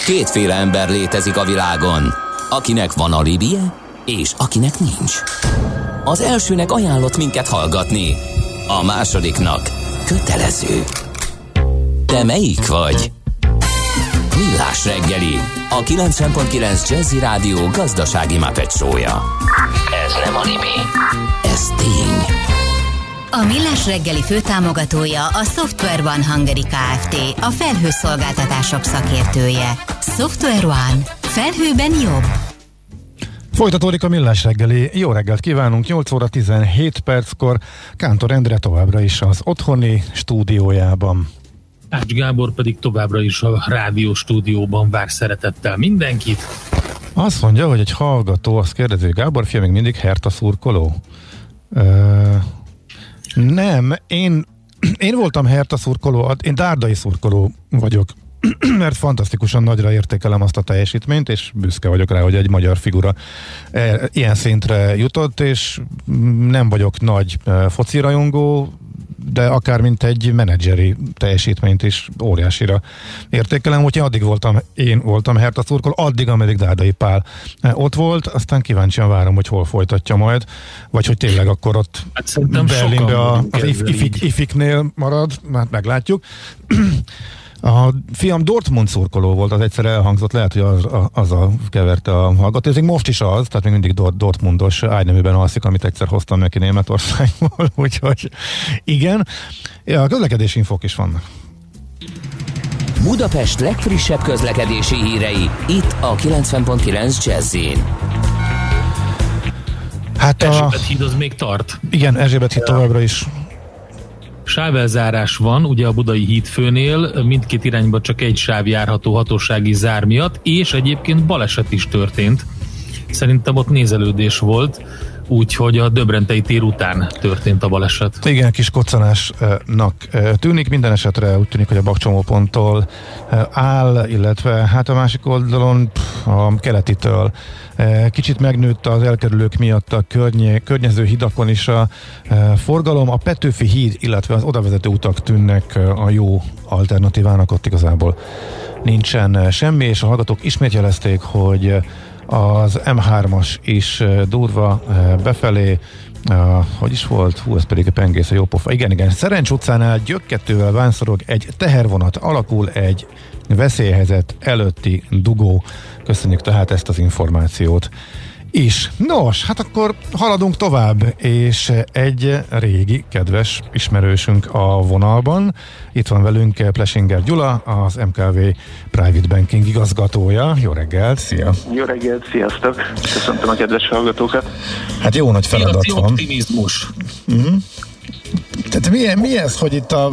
Kétféle ember létezik a világon, akinek van alibije, és akinek nincs. Az elsőnek ajánlott minket hallgatni, a másodiknak kötelező. Te melyik vagy? Millás reggeli, a 90.9 Jazzy Rádió gazdasági Muppet show-ja. Ez nem anime, ez tény. A Millás reggeli főtámogatója a Software One Hungary Kft., a felhőszolgáltatások szakértője. Software One. Felhőben jobb. Folytatódik a Millás reggeli. Jó reggelt kívánunk, 8 óra 17 perckor. Kántor Endre továbbra is az otthoni stúdiójában. Ács Gábor pedig továbbra is a rádió stúdióban vár szeretettel mindenkit. Azt mondja, hogy egy hallgató, azt kérdezi, Gábor fia még mindig Hertha szurkoló? Nem, én voltam Hertha szurkoló, én dárdai szurkoló vagyok, mert fantasztikusan nagyra értékelem azt a teljesítményt, és büszke vagyok rá, hogy egy magyar figura ilyen szintre jutott, és nem vagyok nagy focirajongó, de akár mint egy menedzseri teljesítményt is óriásira értékelem, úgyhogy én voltam Hertha szurkoló, addig, ameddig Dárdai Pál ott volt, aztán kíváncsian várom, hogy hol folytatja majd, vagy hogy tényleg akkor ott Berlinbe az ifiknél marad, hát meglátjuk. A fiam Dortmund szurkoló volt, az egyszer elhangzott, lehet, hogy azzal keverte a hallgató. Ez még most is az, tehát még mindig Dortmundos ágyneműben alszik, amit egyszer hoztam neki Németországból, úgyhogy igen. Ja, a közlekedési infók is vannak. Budapest legfrissebb közlekedési hírei, itt a 90.9 Jazz-in. Hát Erzsébet híd az még tart. Igen, Erzsébet híd továbbra is. Sávelzárás van, ugye a Budai hídfőnél, mindkét irányba csak egy sáv járható hatósági zár miatt, és egyébként baleset is történt. Szerintem ott nézelődés volt, úgyhogy a Döbrentei tér után történt a baleset. Igen, kis koccanásnak tűnik, minden esetre úgy tűnik, hogy a bakcsomóponttól áll, illetve hát a másik oldalon a keletitől kicsit megnőtt az elkerülők miatt a környező hidakon is a forgalom. A Petőfi híd, illetve az odavezető utak tűnnek a jó alternatívának, ott igazából nincsen semmi, és a hallgatók ismét jelezték, hogy az M3-as is durva befelé, hogy is volt? Ez pedig a pengész, a jó pofa. Igen, Szerencs utcánál Gyökkettővel vánszorog egy tehervonat, alakul egy veszélyhelyzet előtti dugó. Köszönjük tehát ezt az információt is. Nos, hát akkor haladunk tovább, és egy régi, kedves ismerősünk a vonalban. Itt van velünk Plesinger Gyula, az MKV Private Banking igazgatója. Jó reggelt, szia! Jó reggelt, sziasztok! Köszöntöm a kedves hallgatókat! Hát jó nagy feladat van. Optimizmus. Tehát mi ez, hogy itt a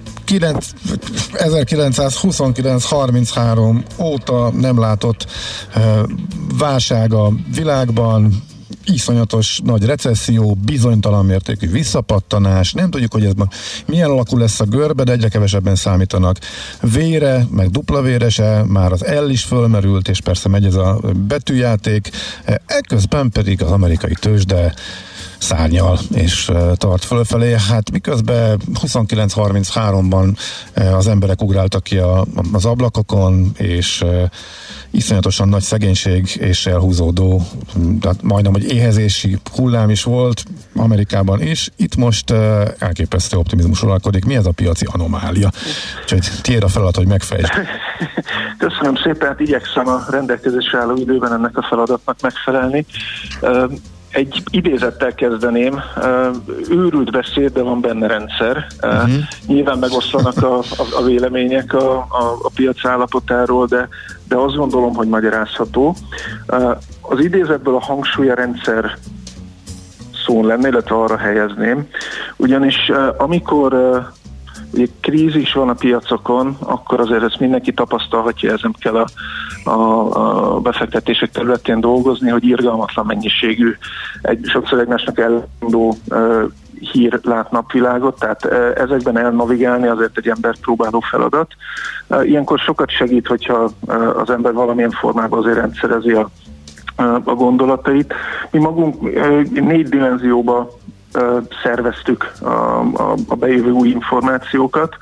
1929-33 óta nem látott válság a világban, iszonyatos nagy recesszió, bizonytalan mértékű visszapattanás, nem tudjuk, hogy ez milyen alakul lesz a görbe, de egyre kevesebben számítanak vére, meg dupla vére se, már az L is fölmerült, és persze megy ez a betűjáték, ekközben pedig az amerikai tőzsde szárnyal és tart fölfelé. Hát miközben 29-33-ban az emberek ugráltak ki az ablakokon, és iszonyatosan nagy szegénység és elhúzódó, tehát majdnem, hogy éhezési hullám is volt Amerikában is. Itt most elképesztő optimizmus uralkodik. Mi ez a piaci anomália? Úgyhogy tiéd a feladat, hogy megfejtsd. Köszönöm szépen, hát igyekszem a rendelkezésre álló időben ennek a feladatnak megfelelni. Egy idézettel kezdeném. Őrült beszéd, de van benne rendszer. Nyilván megoszlanak a vélemények a piac állapotáról, de azt gondolom, hogy magyarázható. Az idézetből a hangsúly a rendszer szón lenne, illetve arra helyezném. Ugyanis amikor ugye krízis van a piacokon, akkor azért ezt mindenki tapasztalhatja, ez nem kell a befektetések területén dolgozni, hogy irgalmatlan mennyiségű, sokszor egymásnak ellentmondó hír lát napvilágot, tehát ezekben elnavigálni azért egy ember próbáló feladat. Ilyenkor sokat segít, hogyha az ember valamilyen formában azért rendszerezi a gondolatait. Mi magunk 4 dimenzióba szerveztük a bejövő új információkat.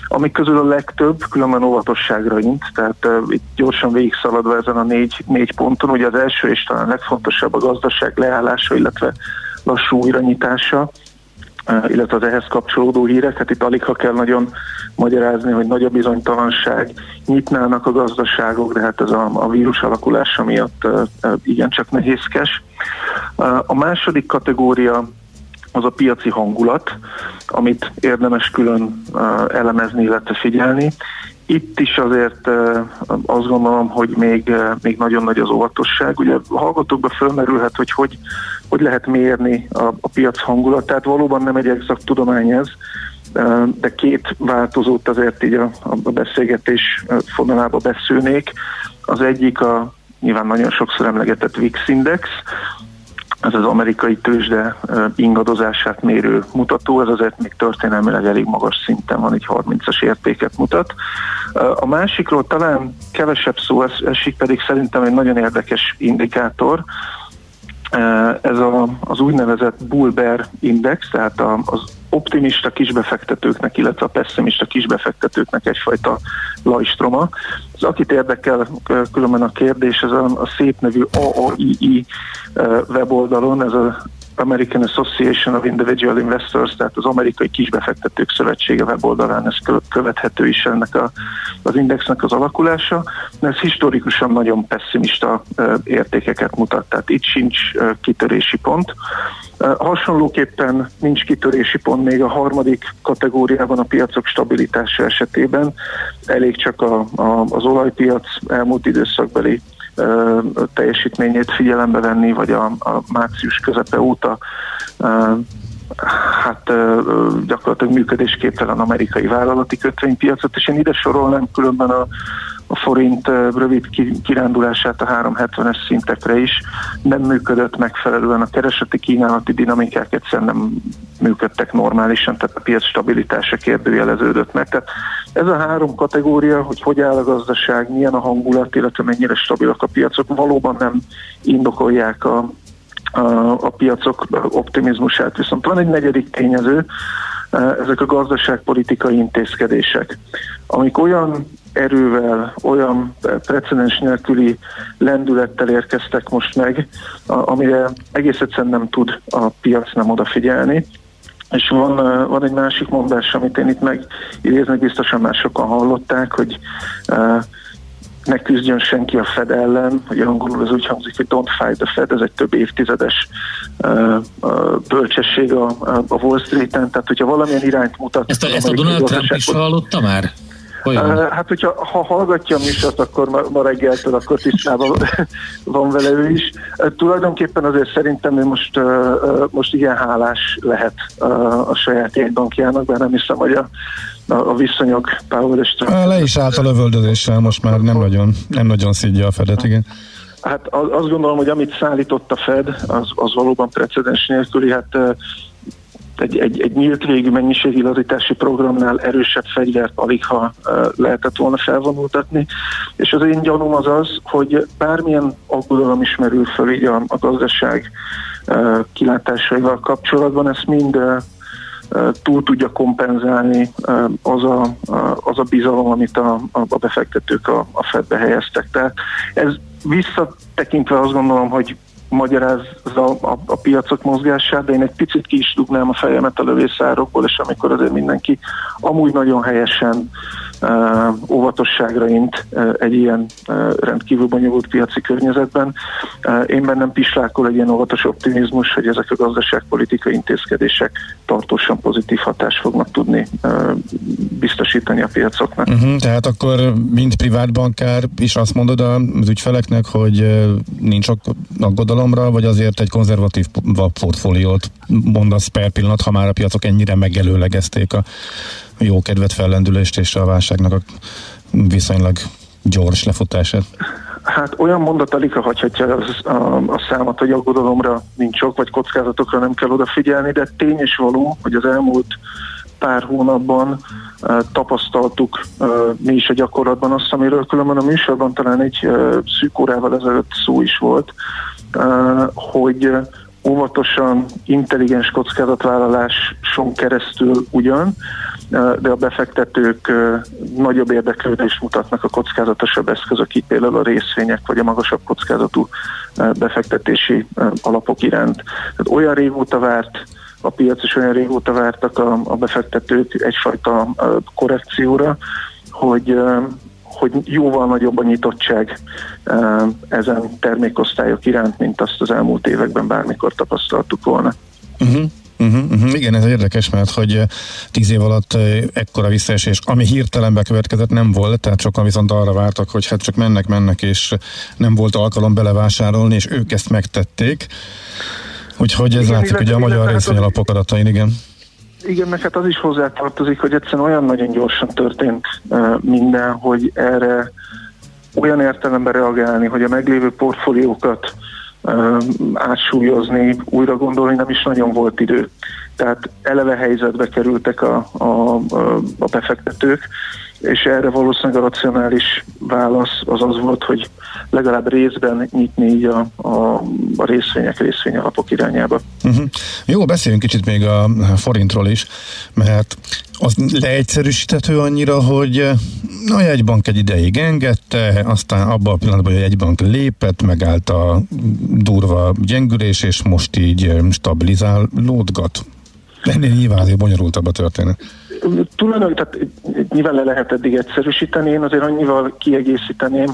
amik közül a legtöbb különben óvatosságra int, tehát itt gyorsan végigszaladva ezen a négy ponton, ugye az első és talán legfontosabb a gazdaság leállása, illetve lassú újranyitása, illetve az ehhez kapcsolódó hírek. Hát itt alig ha kell nagyon magyarázni, hogy nagy a bizonytalanság, nyitnának a gazdaságok, de hát ez a vírus alakulása miatt igencsak nehézkes. A második kategória az a piaci hangulat, amit érdemes külön elemezni, illetve figyelni. Itt is azért azt gondolom, hogy még nagyon nagy az óvatosság. Ugye a hallgatókban fölmerülhet, hogy lehet mérni a piac hangulatát. Valóban nem egy exakt tudomány ez, de két változót azért így a beszélgetés fonalába beszélnék. Az egyik a nyilván nagyon sokszor emlegetett VIX Index, ez az amerikai tőzsde ingadozását mérő mutató, ez azért még történelmileg elég magas szinten van, így 30-as értéket mutat. A másikról talán kevesebb szó esik, pedig szerintem egy nagyon érdekes indikátor. Ez az úgynevezett Bull-Bear Index, tehát az optimista kisbefektetőknek, illetve a pessimista kisbefektetőknek egyfajta lajstroma. Az, akit érdekel különben a kérdés, ez a szép nevű AAII weboldalon, ez az American Association of Individual Investors, tehát az Amerikai Kisbefektetők Szövetsége weboldalán ez követhető is ennek az indexnek az alakulása, de ez historikusan nagyon pessimista értékeket mutat, tehát itt sincs kitörési pont. Hasonlóképpen nincs kitörési pont még a harmadik kategóriában a piacok stabilitása esetében, elég csak az olajpiac elmúlt időszakbeli teljesítményét figyelembe venni, vagy a március közepe óta gyakorlatilag működésképtelen amerikai vállalati kötvénypiacot, és én ide sorolnám különben a forint rövid kirándulását a 370-es szintekre is. Nem működött megfelelően, a kereseti kínálati dinamikák egyszerűen nem működtek normálisan, tehát a piac stabilitása kérdőjeleződött meg. Tehát ez a három kategória, hogy áll a gazdaság, milyen a hangulat, illetve mennyire stabilak a piacok, valóban nem indokolják a piacok optimizmusát. Viszont van egy negyedik tényező, ezek a gazdaságpolitikai intézkedések, amik olyan erővel, olyan precedens nélküli lendülettel érkeztek most meg, amire egész egyszerűen nem tud a piac nem odafigyelni. És van egy másik mondás, amit én itt megidéznek, biztosan már sokan hallották, hogy ne küzdjön senki a Fed ellen, hogy angolul az úgy hangzik, hogy don't fight the Fed, ez egy több évtizedes bölcsesség a Wall Street-en, tehát hogyha valamilyen irányt mutat... Ezt a Donald Trump is hallotta már? Hát, ha hallgatja a műsort, akkor ma reggeltől, akkor tisztában van vele ő is. Tulajdonképpen azért szerintem ő most igen hálás lehet a saját jegybankjának, bár nem hiszem, hogy a viszonyok Powell és Trump... Le is állt a lövöldözéssel, most már nem nagyon szidja a Fedet, igen. Hát azt gondolom, hogy amit szállított a Fed, az valóban precedens nélküli, hát egy nyílt végű mennyiségi lazítási programnál erősebb fegyvert aligha lehetett volna felvonultatni, és az én gyanúm az, hogy bármilyen aggodalom is merül föl így a gazdaság kilátásaival kapcsolatban, ezt mind túl tudja kompenzálni az a bizalom, amit a befektetők a Fedbe helyeztek. Tehát ez visszatekintve azt gondolom, hogy magyarázza a piacok mozgását, de én egy picit ki is dugnám a fejemet a lövészárokból, és amikor azért mindenki amúgy nagyon helyesen óvatosságra int egy ilyen rendkívül bonyolult piaci környezetben. Én bennem pislákol egy ilyen óvatos optimizmus, hogy ezek a gazdaságpolitikai intézkedések tartósan pozitív hatást fognak tudni biztosítani a piacoknak. Tehát akkor mind privátbankár is azt mondod az ügyfeleknek, hogy nincs aggodalomra, vagy azért egy konzervatív portfóliót mondasz per pillanat, ha már a piacok ennyire megelőlegezték a jó kedvet, fellendülést és a válságnak a viszonylag gyors lefutását? Hát olyan mondat alig hagyhatja a számot, hogy aggodalomra nincs ok, vagy kockázatokra nem kell odafigyelni, de tény és való, hogy az elmúlt pár hónapban tapasztaltuk mi is a gyakorlatban azt, amiről különben a műsorban talán egy szűk órával ezelőtt szó is volt, hogy óvatosan, intelligens kockázatvállaláson keresztül ugyan, de a befektetők nagyobb érdeklődést mutatnak a kockázatosabb eszközök, így például a részvények vagy a magasabb kockázatú befektetési alapok iránt. Tehát olyan régóta várt a piac, és olyan régóta vártak a befektetők egyfajta korrekcióra, hogy jóval nagyobb a nyitottság ezen termékosztályok iránt, mint azt az elmúlt években bármikor tapasztaltuk volna. Igen, ez érdekes, mert hogy 10 év alatt ekkora visszaesés, ami hirtelen bekövetkezett, nem volt, tehát sokan viszont arra vártak, hogy hát csak mennek, és nem volt alkalom belevásárolni, és ők ezt megtették. Úgyhogy ez igen, látszik ugye a magyar részvényalapok adatain, igen. Igen, meg hát az is hozzátartozik, hogy egyszerűen olyan nagyon gyorsan történt minden, hogy erre olyan értelemben reagálni, hogy a meglévő portfóliókat átsúlyozni, újra gondolni nem is nagyon volt idő. Tehát eleve helyzetbe kerültek a befektetők, és erre valószínűleg a racionális válasz az volt, hogy legalább részben nyitni így a részvényalapok irányába. Jó, beszéljünk kicsit még a forintról is, mert az leegyszerűsíthető annyira, hogy a jegybank egy ideig engedte, aztán abban a pillanatban, hogy a jegybank lépett, megállt a durva gyengülés, és most így stabilizálódgat. Ennél nyilván azért bonyolultabb a történet. Tulajdonképpen nyilván le lehet eddig egyszerűsíteni, én azért annyival kiegészíteném,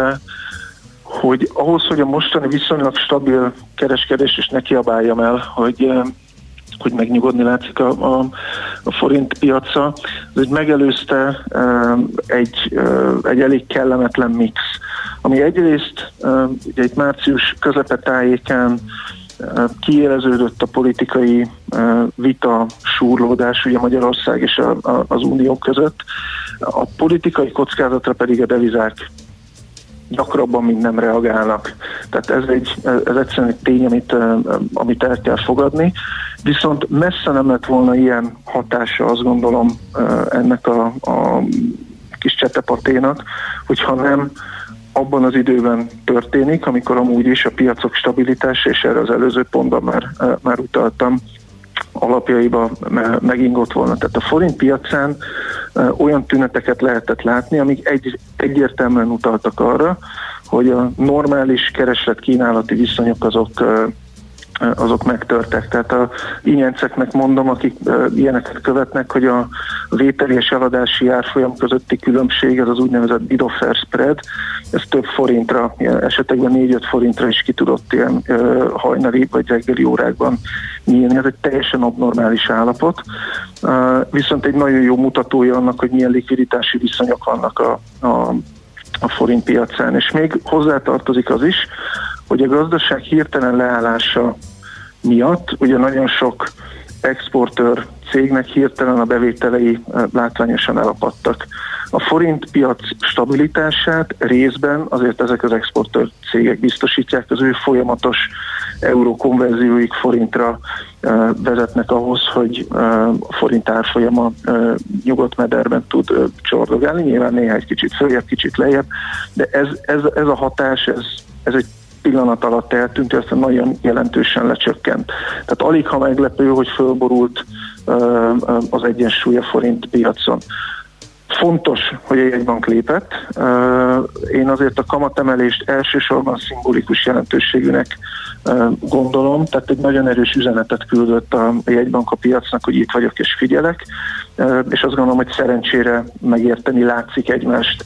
hogy ahhoz, hogy a mostani viszonylag stabil kereskedés is ne kiabáljam el, hogy megnyugodni látszik a forint piaca, ez megelőzte egy elég kellemetlen mix, ami egyrészt ugye egy március közepe tájékán kiéleződött a politikai vita, súrlódás ugye Magyarország és az Unió között. A politikai kockázatra pedig a devizák gyakrabban, mint nem reagálnak. Tehát ez egyszerűen egy tény, amit el kell fogadni. Viszont messze nem lett volna ilyen hatása, azt gondolom, ennek a kis csetepaténak, hogyha nem abban az időben történik, amikor amúgy is a piacok stabilitása, és erre az előző pontban már utaltam, alapjaiba megingott volna. Tehát a forint piacán olyan tüneteket lehetett látni, amik egyértelműen utaltak arra, hogy a normális kereslet-kínálati viszonyok azok megtörtek. Tehát a ingyenceknek mondom, akik ilyeneket követnek, hogy a vételi és eladási árfolyam közötti különbség, ez az úgynevezett bid-offer spread, ez több forintra, esetekben 4-5 forintra is ki tudott ilyen hajnali vagy reggeli órákban nyílni. Ez egy teljesen abnormális állapot, viszont egy nagyon jó mutatója annak, hogy milyen likviditási viszonyok vannak a forint piacán. És még hozzátartozik az is, hogy a gazdaság hirtelen leállása miatt ugye nagyon sok exportőr cégnek hirtelen a bevételei látványosan elapadtak. A forint piac stabilitását részben azért ezek az exportőr cégek biztosítják, az ő folyamatos euró konverzióik forintra vezetnek ahhoz, hogy a forint árfolyama nyugodt mederben tud csordogálni, nyilván néha egy kicsit följebb, kicsit lejjebb, de ez a hatás, ez egy pillanat alatt eltűnt, aztán nagyon jelentősen lecsökkent. Tehát alig ha meglepő, hogy fölborult az egyensúly a forint piacon. Fontos, hogy a jegybank lépett. Én azért a kamatemelést elsősorban szimbolikus jelentőségűnek gondolom, tehát egy nagyon erős üzenetet küldött a jegybank a piacnak, hogy itt vagyok és figyelek, és azt gondolom, hogy szerencsére megérteni látszik egymást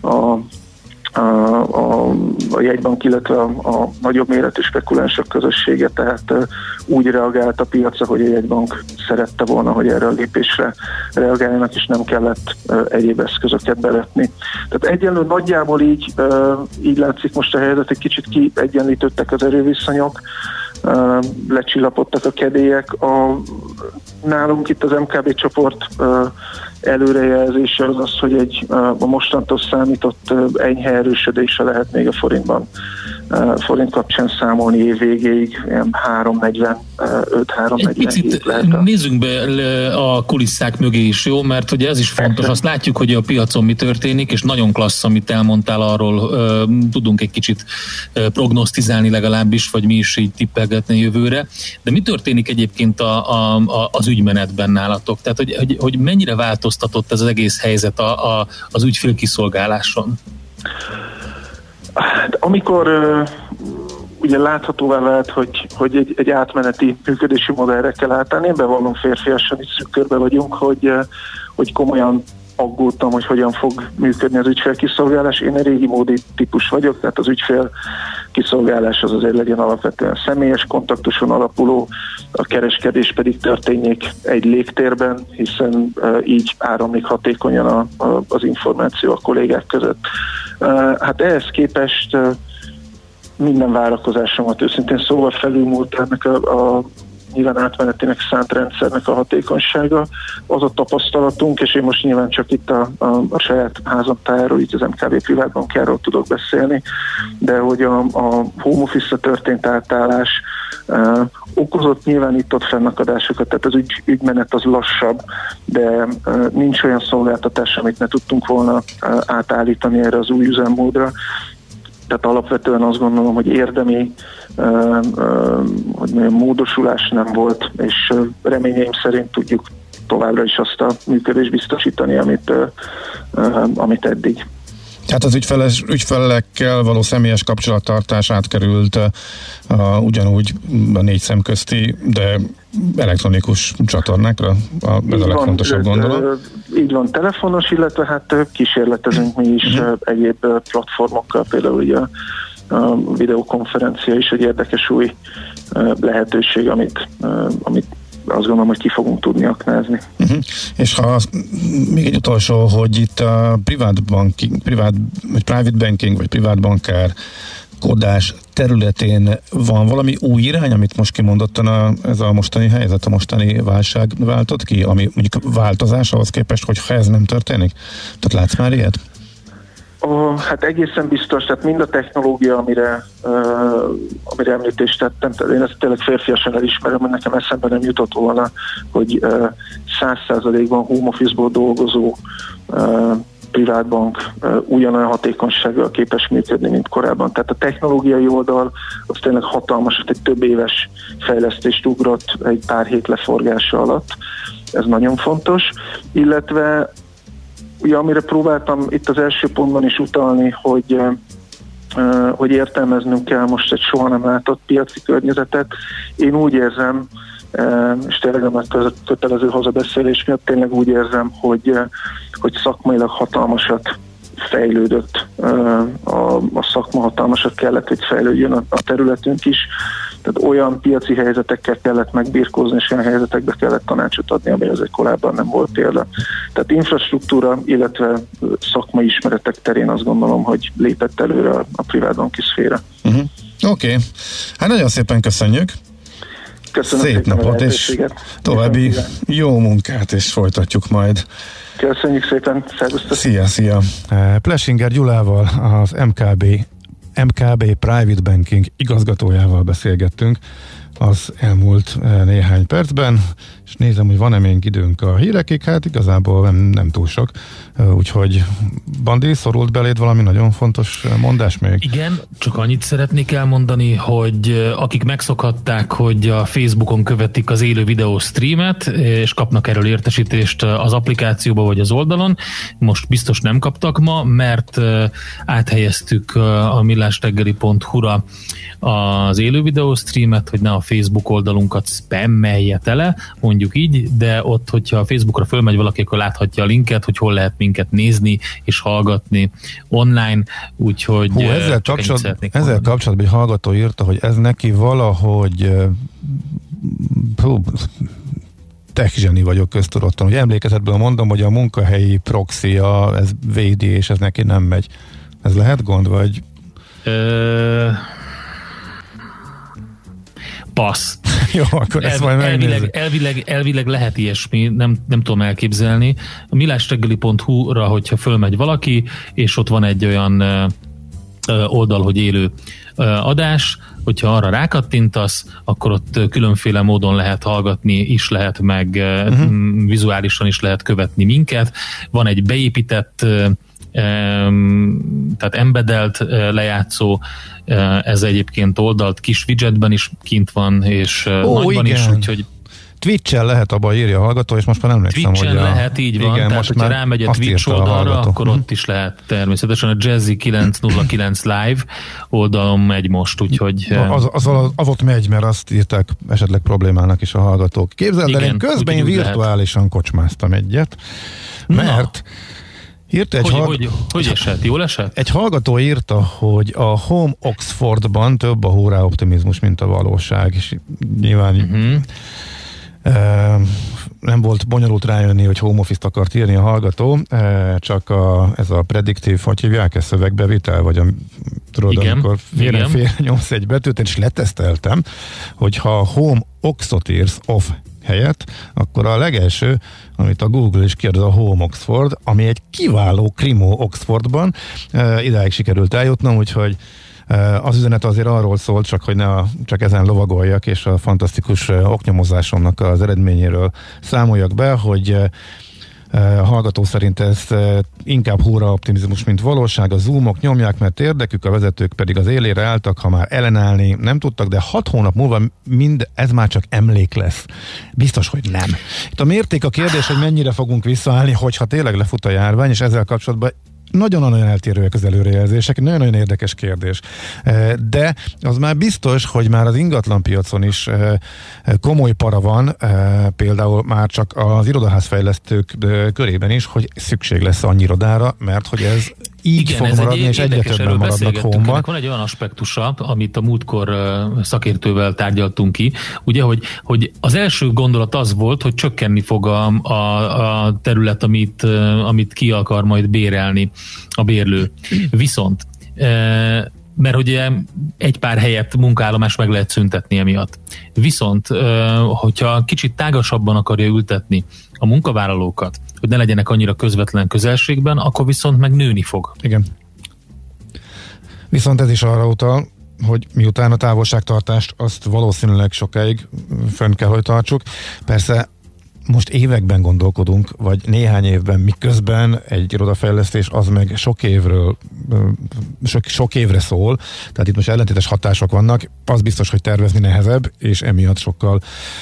a jegybank, illetve a nagyobb méretű spekulánsok közössége, tehát úgy reagált a piacra, hogy a jegybank szerette volna, hogy erre a lépésre reagáljanak, és nem kellett egyéb eszközöket bevetni. Tehát egyenlő nagyjából így látszik most a helyzet, egy kicsit kiegyenlítődtek az erőviszonyok, lecsillapodtak a kedélyek. Nálunk itt az MKB csoport előrejelzése az, hogy a mostantól számított enyhe erősödése lehet még a forintban forint kapcsán számolni év végéig, ilyen 3,45-3,40. Egy picit nézzünk be a kulisszák mögé is, jó? Mert ugye ez is fontos. Azt látjuk, hogy a piacon mi történik, és nagyon klassz, amit elmondtál arról, tudunk egy kicsit prognosztizálni legalábbis, vagy mi is így tippelgetni jövőre. De mi történik egyébként az ügymenetben nálatok? Tehát, hogy mennyire változtatott ez az egész helyzet az ügyfélkiszolgáláson? Amikor ugye láthatóvá vált, hogy egy átmeneti működési modellre kell átállni, bevallom férfiasan is szűk körbe vagyunk, hogy komolyan aggódtam, hogy hogyan fog működni az ügyfélkiszolgálás. Én egy régi módi típus vagyok, tehát az ügyfélkiszolgálás az azért legyen alapvetően személyes kontaktuson alapuló, a kereskedés pedig történjék egy légtérben, hiszen így áramlik hatékonyan az információ a kollégák között. Hát ehhez képest minden várakozásomat őszintén szóval felülmúlt ennek a nyilván átmenetének szánt rendszernek a hatékonysága. Az a tapasztalatunk, és én most nyilván csak itt a saját házam tájáról, így az MKB privátbankjáról tudok beszélni, de hogy a home office-ra történt átállás okozott nyilván itt-ott fennakadásokat, tehát az ügymenet az lassabb, de nincs olyan szolgáltatás, amit ne tudtunk volna átállítani erre az új üzemmódra. Tehát alapvetően azt gondolom, hogy érdemi módosulás nem volt, és reményeim szerint tudjuk továbbra is azt a működést biztosítani, amit eddig. Tehát az ügyfelekkel való személyes kapcsolattartás átkerült ugyanúgy a 4 szem közti, de elektronikus csatornákra, ez a legfontosabb gondolat. Így van, telefonos, illetve hát kísérletezünk mi is egyéb platformokkal, például ugye a videokonferencia is egy érdekes új lehetőség, amit azt gondolom, hogy ki fogunk tudni aknázni. És ha még egy utolsó, hogy itt a private banking vagy privátbankár kodás területén van valami új irány, amit most kimondottan ez a mostani helyzet, a mostani válság váltott ki, ami mondjuk változás ahhoz képest, hogy ha ez nem történik? Tehát látsz már ilyet? Hát egészen biztos, tehát mind a technológia, amire említést tettem, tehát én ezt tényleg férfiasan elismerem, hogy nekem eszembe nem jutott volna, hogy 100%-ban home office-ból dolgozó privátbank ugyanolyan hatékonysággal képes működni, mint korábban. Tehát a technológiai oldal az tényleg hatalmas, egy több éves fejlesztést ugrott egy pár hét leforgása alatt. Ez nagyon fontos. Illetve ugye, amire próbáltam itt az első pontban is utalni, hogy értelmeznünk kell most egy soha nem látott piaci környezetet. Én úgy érzem, és tényleg a kötelező hazabeszélés miatt tényleg úgy érzem, hogy szakmailag hatalmasat fejlődött. A szakma hatalmasat kellett, hogy fejlődjön a területünk is. Tehát olyan piaci helyzetekkel kellett megbirkózni, és olyan helyzetekbe kellett tanácsot adni, ami azért korábban nem volt példa. Tehát infrastruktúra, illetve szakmai ismeretek terén azt gondolom, hogy lépett előre a privátbanki szféra. Oké. Hát nagyon szépen köszönjük. Köszönöm szép napot, és további jó munkát, és folytatjuk majd. Köszönjük szépen, szervusztok! Szia! Plesinger Gyulával, az MKB Private Banking igazgatójával beszélgettünk az elmúlt néhány percben, és nézem, hogy van-e még időnk a hírekig, hát igazából nem túl sok, úgyhogy Bandi, szorult beléd valami nagyon fontos mondás még? Igen, csak annyit szeretnék elmondani, hogy akik megszokhatták, hogy a Facebookon követik az élő videó streamet, és kapnak erről értesítést az applikációba vagy az oldalon, most biztos nem kaptak ma, mert áthelyeztük a millásreggeli.hu-ra az élő videó streamet, hogy ne a Facebook oldalunkat spammelje tele, mondjuk így, de ott, hogyha a Facebookra fölmegy valaki, akkor láthatja a linket, hogy hol lehet minket nézni és hallgatni online, úgyhogy ezzel kapcsolatban egy hallgató írta, hogy ez neki valahogy tech zseni vagyok köztudottan, hogy emlékezetből mondom, hogy a munkahelyi proxia, ez védi, és ez neki nem megy. Ez lehet gond, vagy? Passz. Jó, akkor ezt majd megnézzük. Elvileg lehet ilyesmi, nem tudom elképzelni. A millásreggeli.hu-ra, hogyha fölmegy valaki, és ott van egy olyan oldal, hogy élő adás, hogyha arra rákattintasz, akkor ott különféle módon lehet hallgatni, is lehet, meg vizuálisan is lehet követni minket. Van egy beépített, tehát embedelt lejátszó, ez egyébként oldalt kis widgetben is kint van, és nagyban igen. is, úgyhogy Twitch-en lehet, abba írja a hallgató, és most már nem emlékszem, Twitch-en lehet, így van, igen, tehát hogyha rámegy a Twitch oldalra, akkor ott is lehet természetesen. A Jazzy 909 Live oldalon megy most, úgyhogy... Az ott megy, mert azt írták esetleg problémának is a hallgatók. Képzeld el, én közben én virtuálisan lehet. Kocsmáztam egyet, mert... Írta hogy esett? Jól esett? Egy hallgató írta, hogy a Home Oxfordban több a hurrá optimizmus, mint a valóság, és nyilván nem volt bonyolult rájönni, hogy home office-t akart írni a hallgató, csak ez a prediktív, hogy hívják ezt, szövegbevitel, vagy tudod, igen, amikor félre nyomsz egy betűt, és leteszteltem, hogyha Home Oxot írsz off helyett, akkor a legelső, amit a Google is kiad, a Home Oxford, ami egy kiváló krimó Oxfordban, idáig sikerült eljutnom, úgyhogy az üzenet azért arról szólt, csak hogy csak ezen lovagoljak, és a fantasztikus oknyomozásomnak az eredményéről számoljak be, hogy a hallgató szerint ez inkább hurra optimizmus, mint valóság. A zoomok nyomják, mert érdekük, a vezetők pedig az élére álltak, ha már ellenállni nem tudtak, de 6 hónap múlva ez már csak emlék lesz. Biztos, hogy nem. Itt a mérték a kérdés, hogy mennyire fogunk visszaállni, hogyha tényleg lefut a járvány, és ezzel kapcsolatban nagyon-nagyon eltérőek az előrejelzések, nagyon-nagyon érdekes kérdés. De az már biztos, hogy már az ingatlanpiacon is komoly para van, például már csak az irodaházfejlesztők körében is, hogy szükség lesz annyi irodára, mert hogy ez így fog maradni, és egyre többen maradnak home-ban. Van egy olyan aspektusa, amit a múltkor szakértővel tárgyaltunk ki, ugye, hogy az első gondolat az volt, hogy csökkenni fog a terület, amit ki akar majd bérelni a bérlő. Viszont mert ugye egy pár helyet munkaállomás meg lehet szüntetni emiatt. Viszont, hogyha kicsit tágasabban akarja ültetni a munkavállalókat, hogy ne legyenek annyira közvetlen közelségben, akkor viszont meg nőni fog. Igen. Viszont ez is arra utal, hogy miután a távolságtartást azt valószínűleg sokáig fönn kell, hogy tartsuk. Persze most években gondolkodunk, vagy néhány évben, miközben egy irodafejlesztés az meg sok évre szól, tehát itt most ellentétes hatások vannak, az biztos, hogy tervezni nehezebb, és emiatt sokkal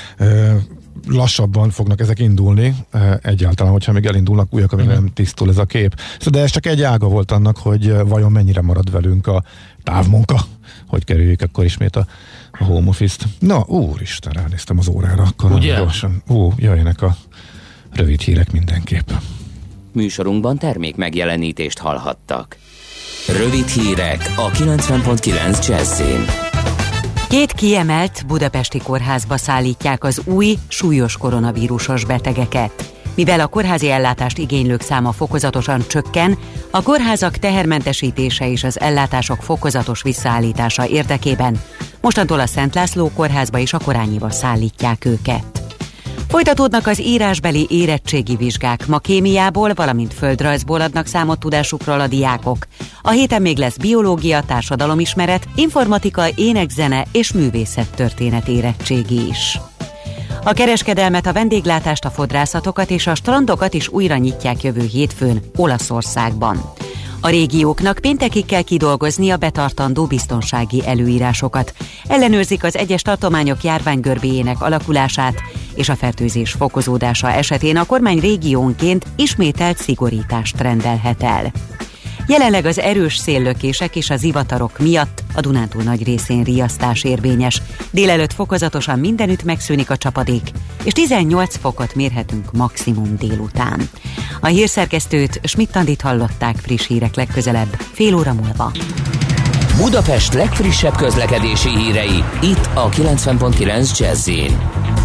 lassabban fognak ezek indulni, egyáltalán, hogyha még elindulnak újak, amíg nem tisztul ez a kép. De ez csak egy ága volt annak, hogy vajon mennyire marad velünk a távmunka, hogy kerüljük akkor ismét a home office-t. Na, úristen, ránéztem az órára, akkor gyorsan. Jöjjenek a rövid hírek mindenképp. Műsorunkban termék megjelenítést hallhattak. Rövid hírek a 90.9 Jazzyn. 2 kiemelt budapesti kórházba szállítják az új, súlyos koronavírusos betegeket. Mivel a kórházi ellátást igénylők száma fokozatosan csökken, a kórházak tehermentesítése és az ellátások fokozatos visszaállítása érdekében mostantól a Szent László kórházba és a Korányiba szállítják őket. Folytatódnak az írásbeli érettségi vizsgák, ma kémiából, valamint földrajzból adnak számot tudásukról a diákok. A héten még lesz biológia, társadalomismeret, informatika, ének-zene és művészettörténet érettségi is. A kereskedelmet, a vendéglátást, a fodrászatokat és a strandokat is újra nyitják jövő hétfőn Olaszországban. A régióknak péntekig kell kidolgozni a betartandó biztonsági előírásokat. Ellenőrzik az egyes tartományok járványgörbéjének alakulását, és a fertőzés fokozódása esetén a kormány régiónként ismételt szigorítást rendelhet el. Jelenleg az erős széllökések és a zivatarok miatt a Dunántúl nagy részén riasztás érvényes. Délelőtt fokozatosan mindenütt megszűnik a csapadék, és 18 fokot mérhetünk maximum délután. A hírszerkesztőt, Schmidt-Andit hallották, friss hírek legközelebb, fél óra múlva. Budapest legfrissebb közlekedési hírei, itt a 90.9 Jazzyn.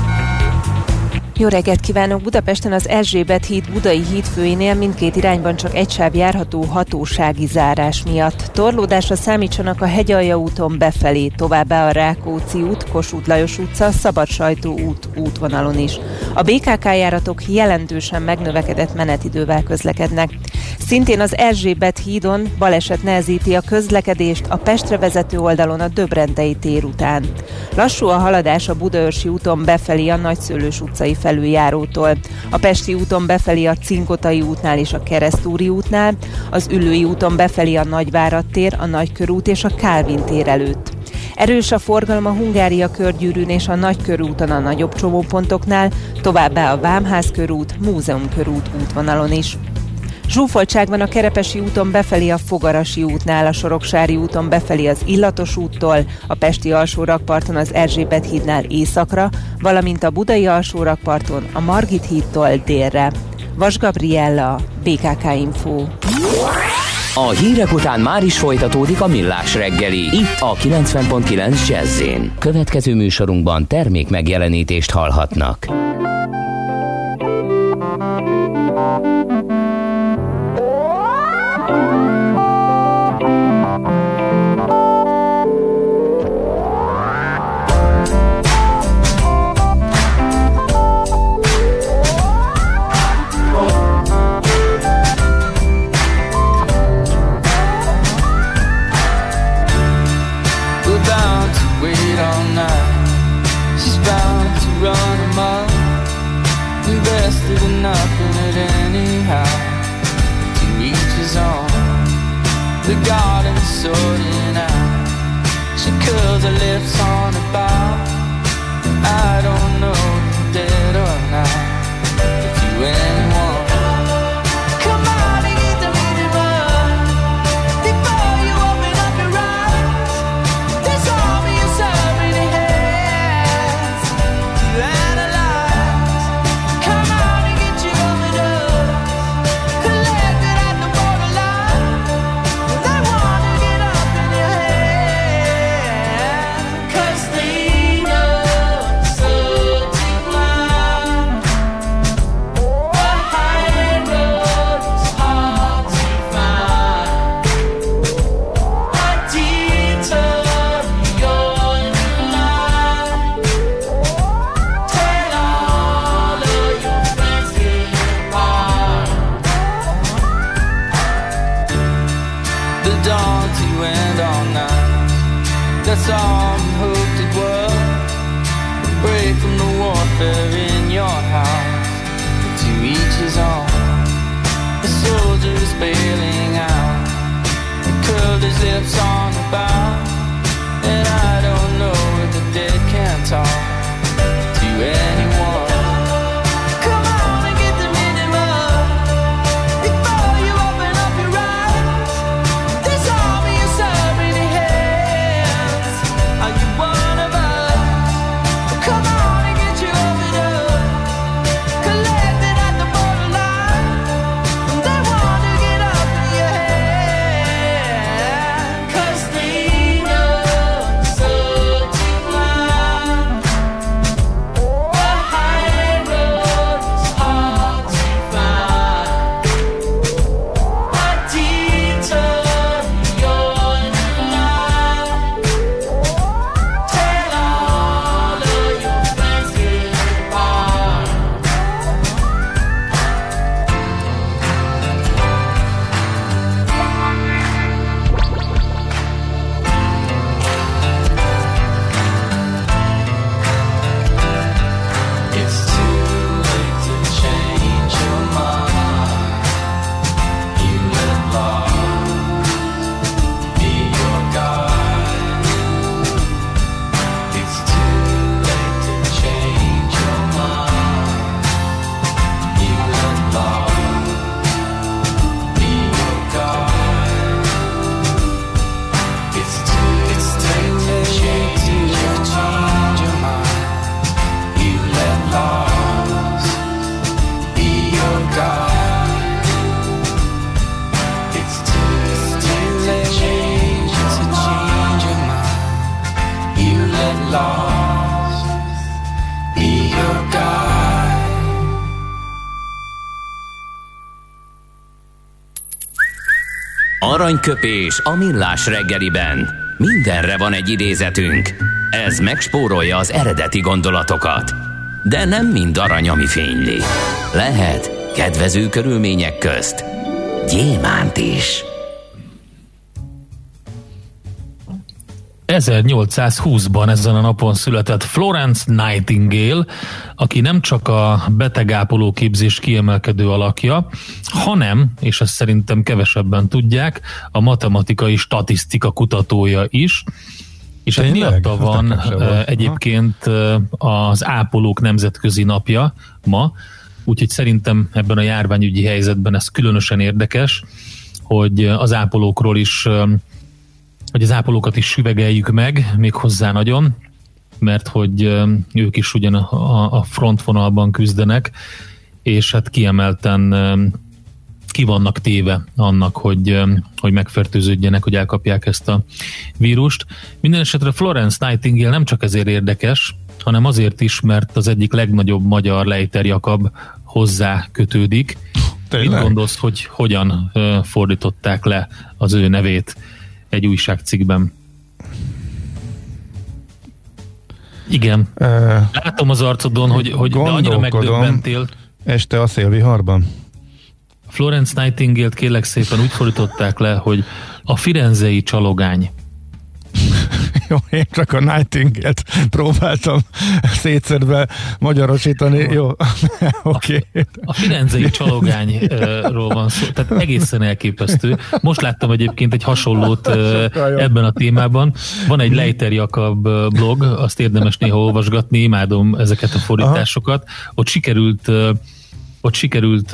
Jó reggelt kívánok! Budapesten az Erzsébet híd Budai hídfőinél mindkét irányban csak egy sáv járható hatósági zárás miatt. Torlódásra számítsanak a Hegyalja úton befelé, továbbá a Rákóczi út, Kossuth Lajos utca, Szabadsajtó út útvonalon is. A BKK járatok jelentősen megnövekedett menetidővel közlekednek. Szintén az Erzsébet hídon baleset nehezíti a közlekedést a Pestre vezető oldalon a Döbrentei tér után. Lassú a haladás a Budaörsi úton befelé a Nagyszőlős utcai felüljárótól, a Pesti úton befelé a Cinkotai útnál és a Keresztúri útnál, az Üllői úton befelé a Nagyvárad tér, a Nagykörút és a Kálvin tér előtt. Erős a forgalom a Hungária körgyűrűn és a Nagykörúton a nagyobb csomópontoknál, továbbá a Vámház körút, Múzeum körút útvonalon is. Zsúfoltság van a Kerepesi úton befelé a Fogarasi útnál, a Soroksári úton befelé az Illatos úttól, a Pesti alsórakparton az Erzsébet hídnál északra, valamint a Budai alsórakparton a Margit hídtól délre. Vas Gabriella, BKK Info. A hírek után már is folytatódik a Millás reggeli, itt a 90.9 Jazz-én. Következő műsorunkban termék megjelenítést hallhatnak. The garden sorting out. She curls her lips on a bow. I don't know if you're dead or not. If you anyone, come on and get the meeting run before you open up your eyes. There's all me yourself in your hands to analyze. Come on and get you overdose, collected at the borderline. That's all I'm hoped it was. A break from the warfare in your house. To each his own. The soldier is bailing out. He curled his lips on the bow. And I don't know if the dead can talk to anyone. Come on and get the minimum before you open up your eyes. There's all me yourself in your head. Are you one of us? Come on and get you overdose, collected at the borderline. They want to get up in your head, 'cause they know so to climb. The high road is hard to find. A detour you're in line. Tell all of your friends goodbye. It's too late to change your mind. You let love be your guide. It's too late to change your mind. You let love be your guide. It's too late to change your mind. You let love be your guide. It's too late to change your mind. You let love be your guide. Aranyköpés a Millás reggeliben. Mindenre van egy idézetünk. Ez megspórolja az eredeti gondolatokat. De nem mind arany, ami fényli. Lehet kedvező körülmények közt gyémánt is. 1820-ban ezen a napon született Florence Nightingale, aki nem csak a betegápoló képzés kiemelkedő alakja, hanem, és ezt szerintem kevesebben tudják, a matematikai statisztika kutatója is, és ez miatta van egyébként az ápolók nemzetközi napja ma, úgyhogy szerintem ebben a járványügyi helyzetben ez különösen érdekes, hogy az ápolókról is, hogy az ápolókat is süvegeljük meg, méghozzá nagyon, mert hogy ők is ugyan a frontvonalban küzdenek, és hát kiemelten ki vannak téve annak, hogy megfertőződjenek, hogy elkapják ezt a vírust. Minden esetre Florence Nightingale nem csak ezért érdekes, hanem azért is, mert az egyik legnagyobb magyar Lejter Jakab hozzá kötődik. Tényleg? Mit gondolsz, hogy hogyan fordították le az ő nevét egy újságcikkben? Igen. Látom az arcodon, hogy de annyira megdöbbentél. Este a szélviharban. Florence Nightingale-t kérlek szépen úgy fordították le, hogy a firenzei csalogány. Jó, én csak a Nightingale-t próbáltam szétszedve magyarosítani. Jó, oké. A firenzei csalogányról van szó, tehát egészen elképesztő. Most láttam egyébként egy hasonlót ebben a témában. Van egy Lejter Jakab blog, azt érdemes néha olvasgatni, imádom ezeket a fordításokat. Ott sikerült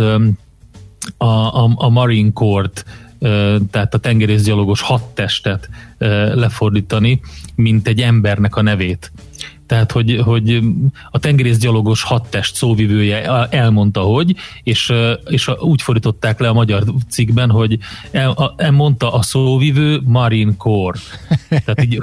a Marine Corps-t, tehát a tengerészgyalogos hadtestet lefordítani, mint egy embernek a nevét. Tehát, hogy a tengerészgyalogos hadtest szóvivője elmondta, hogy, és úgy fordították le a magyar cikkben, hogy elmondta a szóvivő Marine Corps. Tehát így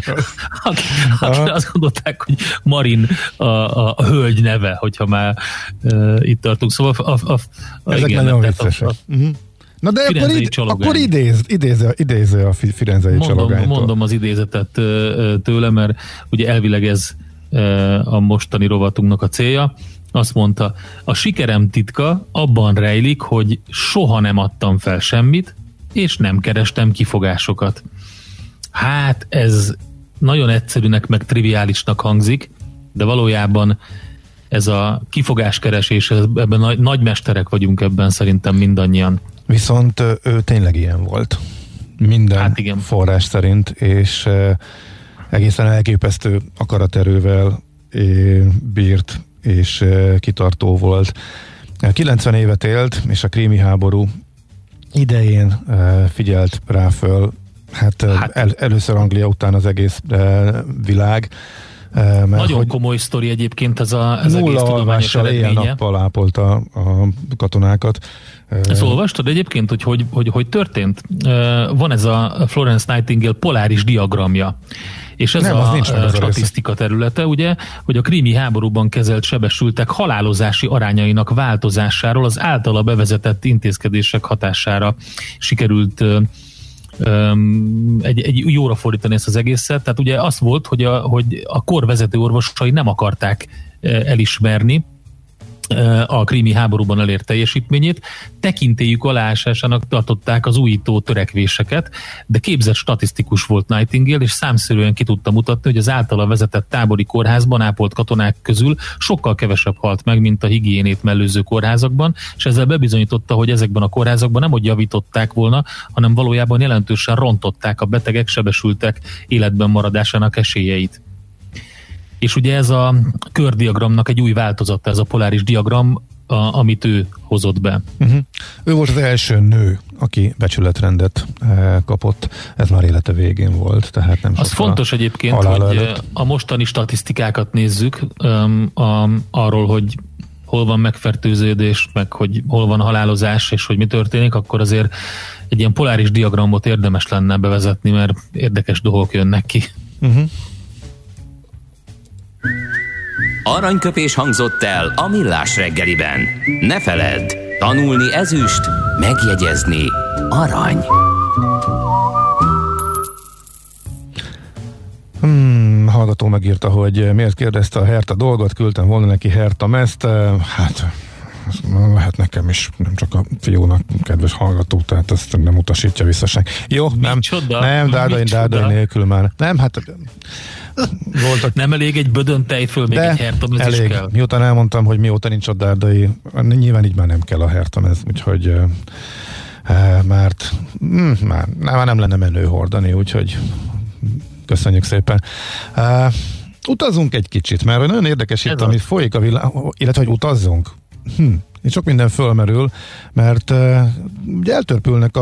azt gondolták, hogy Marin a hölgy neve, hogyha már itt tartunk. Szóval ezek igen, nagyon viccesek. Na de akkor idézze a firenzei csalogánytól. Mondom az idézetet tőle, mert ugye elvileg ez a mostani rovatunknak a célja. Azt mondta, a sikerem titka abban rejlik, hogy soha nem adtam fel semmit, és nem kerestem kifogásokat. Hát ez nagyon egyszerűnek meg triviálisnak hangzik, de valójában ez a kifogáskeresés, ebben nagymesterek vagyunk ebben szerintem mindannyian. Viszont ő tényleg ilyen volt. Minden forrás szerint, és egészen elképesztő akaraterővel bírt, és kitartó volt. 90 évet élt, és a krími háború idején figyelt rá föl, először Anglia, után az egész világ. Nagyon komoly sztori egyébként ez az egész tudományos eredménye. Éjjel-nappal ápolta a katonákat. Ezt olvastad egyébként, hogy történt? Van ez a Florence Nightingale poláris diagramja. És ez a statisztika területe, ugye, hogy a krími háborúban kezelt sebesültek halálozási arányainak változásáról az általa bevezetett intézkedések hatására sikerült egy jóra fordítani ezt az egészet. Tehát ugye az volt, hogy a kor vezető orvosai nem akarták elismerni a krími háborúban elért teljesítményét, tekintélyük aláásásának tartották az újító törekvéseket, de képzett statisztikus volt Nightingale, és számszerűen ki tudta mutatni, hogy az általa vezetett tábori kórházban ápolt katonák közül sokkal kevesebb halt meg, mint a higiénét mellőző kórházakban, és ezzel bebizonyította, hogy ezekben a kórházakban nem hogy javították volna, hanem valójában jelentősen rontották a betegek, sebesültek életben maradásának esélyeit. És ugye ez a kördiagramnak egy új változata, ez a poláris diagram, amit ő hozott be. Ő volt az első nő, aki becsületrendet kapott. Ez már élete végén volt, tehát nem sokkal. Az fontos egyébként, hogy a mostani statisztikákat nézzük arról, hogy hol van megfertőződés, meg hogy hol van halálozás, és hogy mi történik, akkor azért egy ilyen poláris diagramot érdemes lenne bevezetni, mert érdekes dolgok jönnek ki. Aranyköpés hangzott el a Millás reggeliben. Ne feledd, tanulni ezüst, megjegyezni arany. Hallgató megírta, hogy miért kérdezte a Herta dolgot, küldtem volna neki Herta Meszt. Hát lehet nekem is, nem csak a fiúnak, kedves hallgató, tehát ezt nem utasítja vissza senki. Jó, nem, Dárdai nélkül már. Nem, hát voltak. Nem elég egy bödön tejföl, még egy hertamez is kell. Miután elmondtam, hogy mióta nincs ott Dárdai, nyilván így már nem kell a hertamez, úgyhogy már nem lenne menő hordani, úgyhogy köszönjük szépen. Utazunk egy kicsit, mert nagyon érdekes itt, amit folyik a világ, illetve hogy utazzunk. És sok minden fölmerül, mert ugye eltörpülnek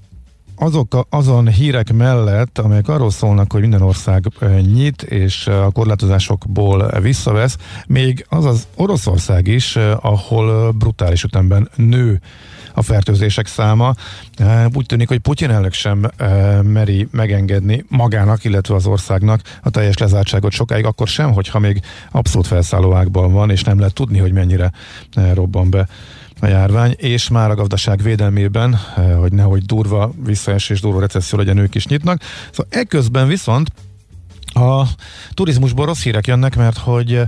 azon hírek mellett, amelyek arról szólnak, hogy minden ország nyit, és a korlátozásokból visszavesz, még az Oroszország is, ahol brutális ütemben nő a fertőzések száma. Úgy tűnik, hogy Putyin elnök sem meri megengedni magának, illetve az országnak a teljes lezártságot sokáig, akkor sem, hogyha még abszolút felszállóágban van, és nem lehet tudni, hogy mennyire robban be a járvány, és már a gazdaság védelmében, hogy nehogy durva visszaesés, durva recesszió legyen, ők is nyitnak. Szóval eközben viszont a turizmusból rossz hírek jönnek, mert hogy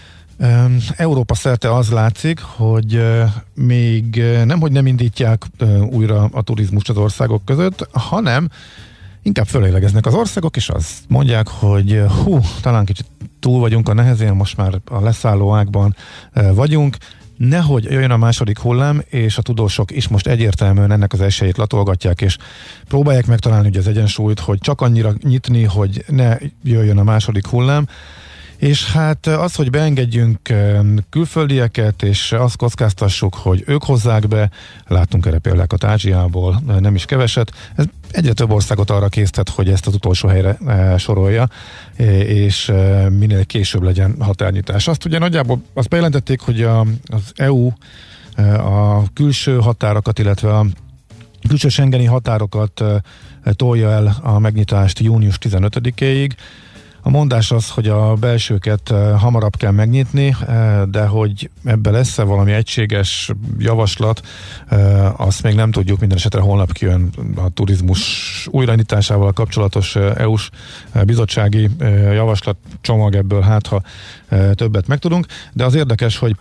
Európa szerte az látszik, hogy még nemhogy nem indítják újra a turizmust az országok között, hanem inkább fölélegeznek az országok, és azt mondják, hogy talán kicsit túl vagyunk a nehezén, most már a leszálló ágban vagyunk, nehogy jöjjön a második hullám, és a tudósok is most egyértelműen ennek az esélyét latolgatják, és próbálják megtalálni ugye az egyensúlyt, hogy csak annyira nyitni, hogy ne jöjjön a második hullám, és hát az, hogy beengedjünk külföldieket, és azt kockáztassuk, hogy ők hozzák be, láttunk erre példákat Ázsiából, nem is keveset, ez egyre több országot arra késztet, hogy ezt az utolsó helyre sorolja, és minél később legyen határnyitás. Azt ugye nagyjából azt bejelentették, hogy az EU a külső határokat, illetve a külső schengeni határokat tolja el a megnyitást június 15-éig. A mondás az, hogy a belsőket hamarabb kell megnyitni, de hogy ebbe lesz-e valami egységes javaslat, azt még nem tudjuk, minden esetre holnap kijön a turizmus újranyitásával kapcsolatos EU-s bizottsági javaslat csomag, ebből hát ha többet megtudunk, de az érdekes, hogy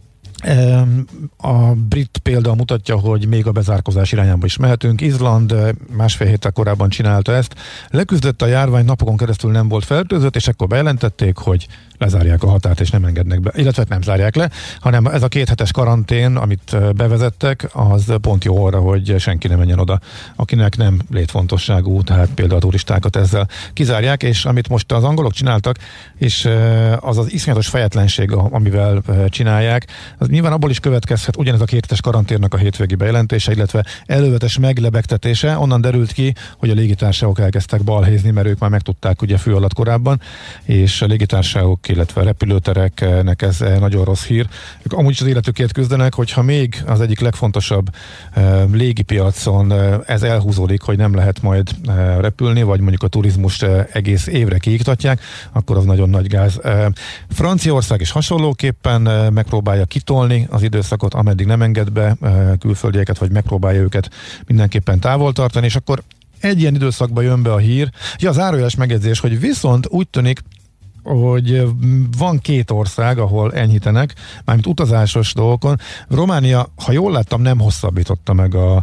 a brit példa mutatja, hogy még a bezárkózás irányába is mehetünk. Izland másfél héttel korábban csinálta ezt. Leküzdött a járvány, napokon keresztül nem volt fertőzött, és ekkor bejelentették, hogy lezárják a határt, és nem engednek be. Illetve nem zárják le, hanem ez a 2 hetes karantén, amit bevezettek, az pont jó arra, hogy senki nem menjen oda, akinek nem létfontosságú, tehát például a turistákat ezzel kizárják, és amit most az angolok csináltak, és az iszonyatos fejetlenség, amivel csinálják, az nyilván abból is következhet, ugyanez a 2 hetes karanténnak a hétvégi bejelentése, illetve előzetes meglebegtetése, onnan derült ki, hogy a légitársaságok elkezdtek balhézni, mert ők már megtudták ugye fű alatt korábban, és a légitársaságok, illetve a repülőtereknek ez nagyon rossz hír. Ők amúgy is az életükért küzdenek, hogyha még az egyik legfontosabb légipiacon ez elhúzódik, hogy nem lehet majd repülni, vagy mondjuk a turizmust egész évre kiiktatják, akkor az nagyon nagy gáz. Franciaország is hasonlóképpen megpróbálja kitolni az időszakot, ameddig nem enged be külföldieket, vagy megpróbálja őket mindenképpen távol tartani, és akkor egy ilyen időszakban jön be a hír. Ja, az árójeles megjegyzés, hogy viszont úgy tűnik, hogy van 2 ország, ahol enyhítenek, mármint utazásos dolgokon. Románia, ha jól láttam, nem hosszabbította meg a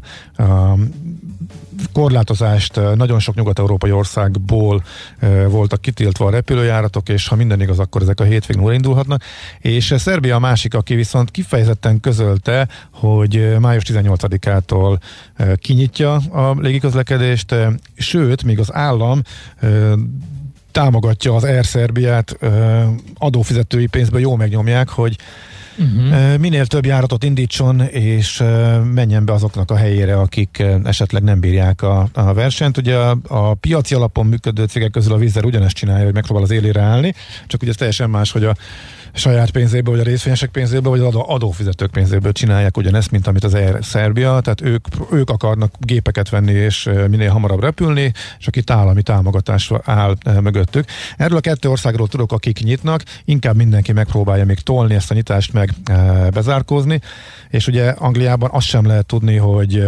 korlátozást. Nagyon sok nyugat-európai országból voltak kitiltva a repülőjáratok, és ha minden igaz, akkor ezek a hétvégén újra indulhatnak. És Szerbia a másik, aki viszont kifejezetten közölte, hogy május 18-ától kinyitja a légiközlekedést, sőt, még az állam támogatja az Air Szerbiát, adófizetői pénzből jól megnyomják, hogy minél több járatot indítson, és menjen be azoknak a helyére, akik esetleg nem bírják a versenyt. Ugye a piaci alapon működő cégek közül a Wizz Air ugyanezt csinálja, hogy megpróbál az élére állni, csak ugye ez teljesen más, hogy a saját pénzéből, vagy a részvényesek pénzéből, vagy az adófizetők pénzéből csinálják ugyanezt, mint amit az Air Serbia, tehát ők akarnak gépeket venni, és minél hamarabb repülni, és aki állami támogatás áll mögöttük. Erről a 2 országról tudok, akik nyitnak, inkább mindenki megpróbálja még tolni ezt a nyitást, meg bezárkózni, és ugye Angliában azt sem lehet tudni, hogy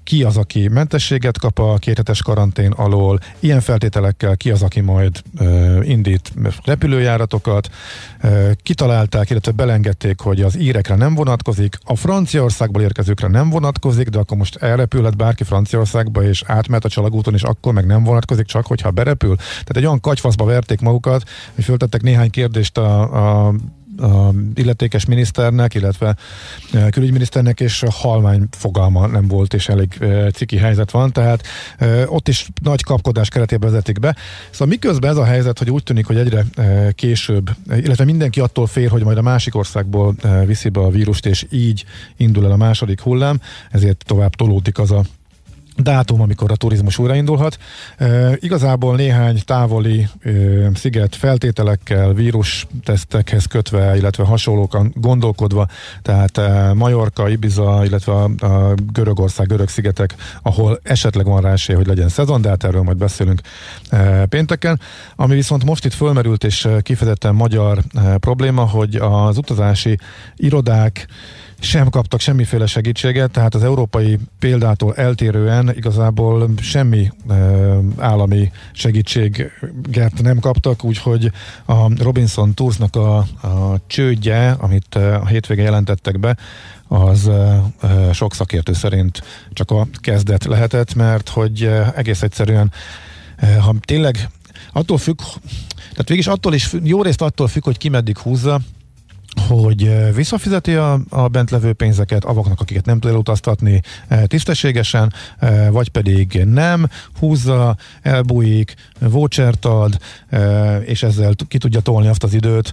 ki az, aki mentességet kap a 2 hetes karantén alól, ilyen feltételekkel ki az, aki majd indít repülőjáratokat, kitalálták, illetve belengedték, hogy az írekre nem vonatkozik, a Franciaországból érkezőkre nem vonatkozik, de akkor most elrepülhet bárki Franciaországba, és átmehet a Csalagúton, és akkor meg nem vonatkozik, csak hogyha berepül. Tehát egy olyan kagyfaszba verték magukat, hogy föltettek néhány kérdést a illetékes miniszternek, illetve külügyminiszternek, és halvány fogalma nem volt, és elég ciki helyzet van, tehát ott is nagy kapkodás keretében vezetik be. Szóval miközben ez a helyzet, hogy úgy tűnik, hogy egyre később, illetve mindenki attól fél, hogy majd a másik országból viszi be a vírust, és így indul el a második hullám, ezért tovább tolódik az a dátum, amikor a turizmus újraindulhat. Igazából néhány távoli sziget feltételekkel, vírustesztekhez kötve, illetve hasonlókan gondolkodva, tehát Majorka, Ibiza, illetve a Görögország, görög szigetek, ahol esetleg van rá esély, hogy legyen szezon, de hát erről majd beszélünk pénteken. Ami viszont most itt fölmerült, és kifejezetten magyar probléma, hogy az utazási irodák sem kaptak semmiféle segítséget, tehát az európai példától eltérően igazából semmi állami segítséget nem kaptak, úgyhogy a Robinson Toursnak a csődje, amit a hétvégén jelentettek be, az sok szakértő szerint csak a kezdet lehetett, mert hogy egész egyszerűen, ha tényleg attól függ, tehát végig attól is, jó részt attól függ, hogy ki meddig húzza, hogy visszafizeti a bent levő pénzeket avaknak, akiket nem tud elutaztatni tisztességesen, vagy pedig nem, húzza, elbújik, vouchert ad, és ezzel ki tudja tolni azt az időt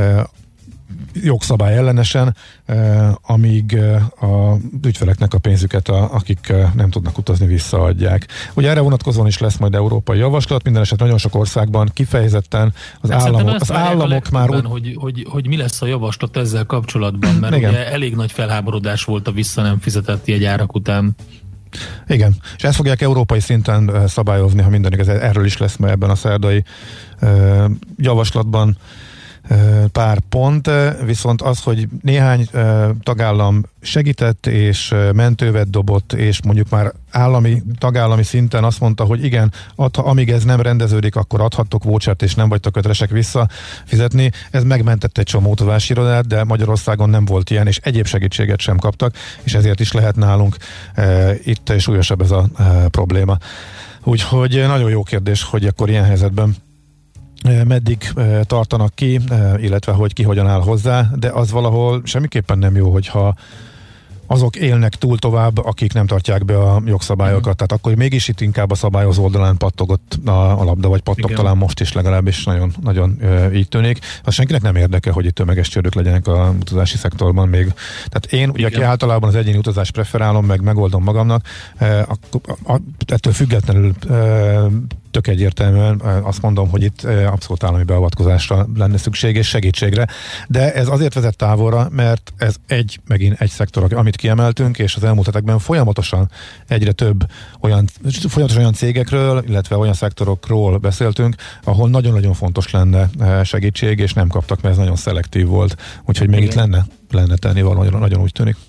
jogszabály ellenesen, amíg a ügyfeleknek a pénzüket, akik nem tudnak utazni, visszaadják. Ugye erre vonatkozóan is lesz majd európai javaslat, minden eset nagyon sok országban kifejezetten az államok már hogy mi lesz a javaslat ezzel kapcsolatban, mert ugye elég nagy felháborodás volt a vissza nem fizetett jegyárak után. Igen, és ezt fogják európai szinten szabályozni, ha minden igaz, erről is lesz majd ebben a szerdai javaslatban pár pont, viszont az, hogy néhány tagállam segített és mentővet dobott, és mondjuk már tagállami szinten azt mondta, hogy igen, amíg ez nem rendeződik, akkor adhattok vouchert, és nem vagytok kötelesek visszafizetni. Ez megmentette egy csomó utazási irodát, de Magyarországon nem volt ilyen, és egyéb segítséget sem kaptak, és ezért is lehet nálunk itt súlyosabb ez a probléma. Úgyhogy nagyon jó kérdés, hogy akkor ilyen helyzetben meddig tartanak ki, illetve hogy ki hogyan áll hozzá, de az valahol semmiképpen nem jó, hogyha azok élnek túl tovább, akik nem tartják be a jogszabályokat. Tehát akkor mégis itt inkább a szabályozó oldalán pattogott a labda, vagy pattog talán most is legalábbis nagyon, nagyon így tűnik. Az senkinek nem érdeke, hogy itt tömeges csődök legyenek a utazási szektorban még. Tehát én, ugye aki általában az egyéni utazást preferálom, meg megoldom magamnak, ettől függetlenül tök egyértelműen azt mondom, hogy itt abszolút állami beavatkozásra lenne szükség és segítségre, de ez azért vezet távolra, mert ez megint egy szektor, amit kiemeltünk, és az elmúlt hetekben folyamatosan egyre több olyan cégekről, illetve olyan szektorokról beszéltünk, ahol nagyon-nagyon fontos lenne segítség, és nem kaptak, mert ez nagyon szelektív volt. Úgyhogy még itt lenne tenni valami, nagyon úgy tűnik.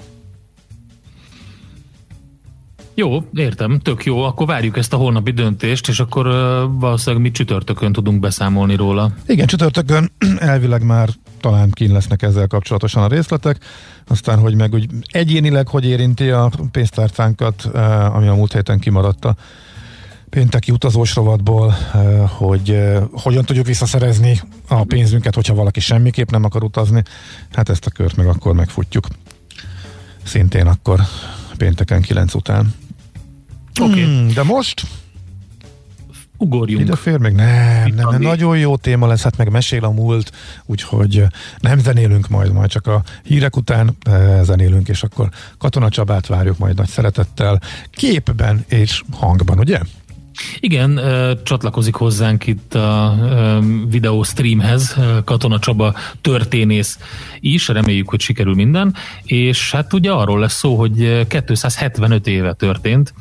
Jó, értem, tök jó, akkor várjuk ezt a holnapi döntést, és akkor valószínűleg mi csütörtökön tudunk beszámolni róla. Igen, csütörtökön elvileg már talán kín lesznek ezzel kapcsolatosan a részletek, aztán, hogy meg úgy egyénileg hogy érinti a pénztárcánkat, ami a múlt héten kimaradt a pénteki utazós rovatból, hogy hogyan tudjuk visszaszerezni a pénzünket, hogyha valaki semmiképp nem akar utazni, hát ezt a kört meg akkor megfutjuk. Szintén akkor pénteken 9 után. Okay. De most ugorjunk. Ide fér még? Nem, nagyon jó téma lesz, hát meg mesél a múlt, úgyhogy nem zenélünk majd csak a hírek után zenélünk, és akkor Katona Csabát várjuk majd nagy szeretettel, képben és hangban, ugye? Igen, csatlakozik hozzánk itt a videó streamhez Katona Csaba történész is, reméljük, hogy sikerül minden, és hát ugye arról lesz szó, hogy 275 éve történt,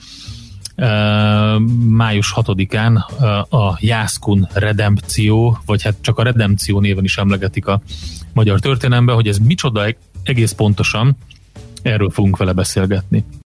május 6-án a Jászkun redempció, vagy hát csak a redempció néven is emlegetik a magyar történelemben, hogy ez micsoda egész pontosan, erről fogunk vele beszélgetni.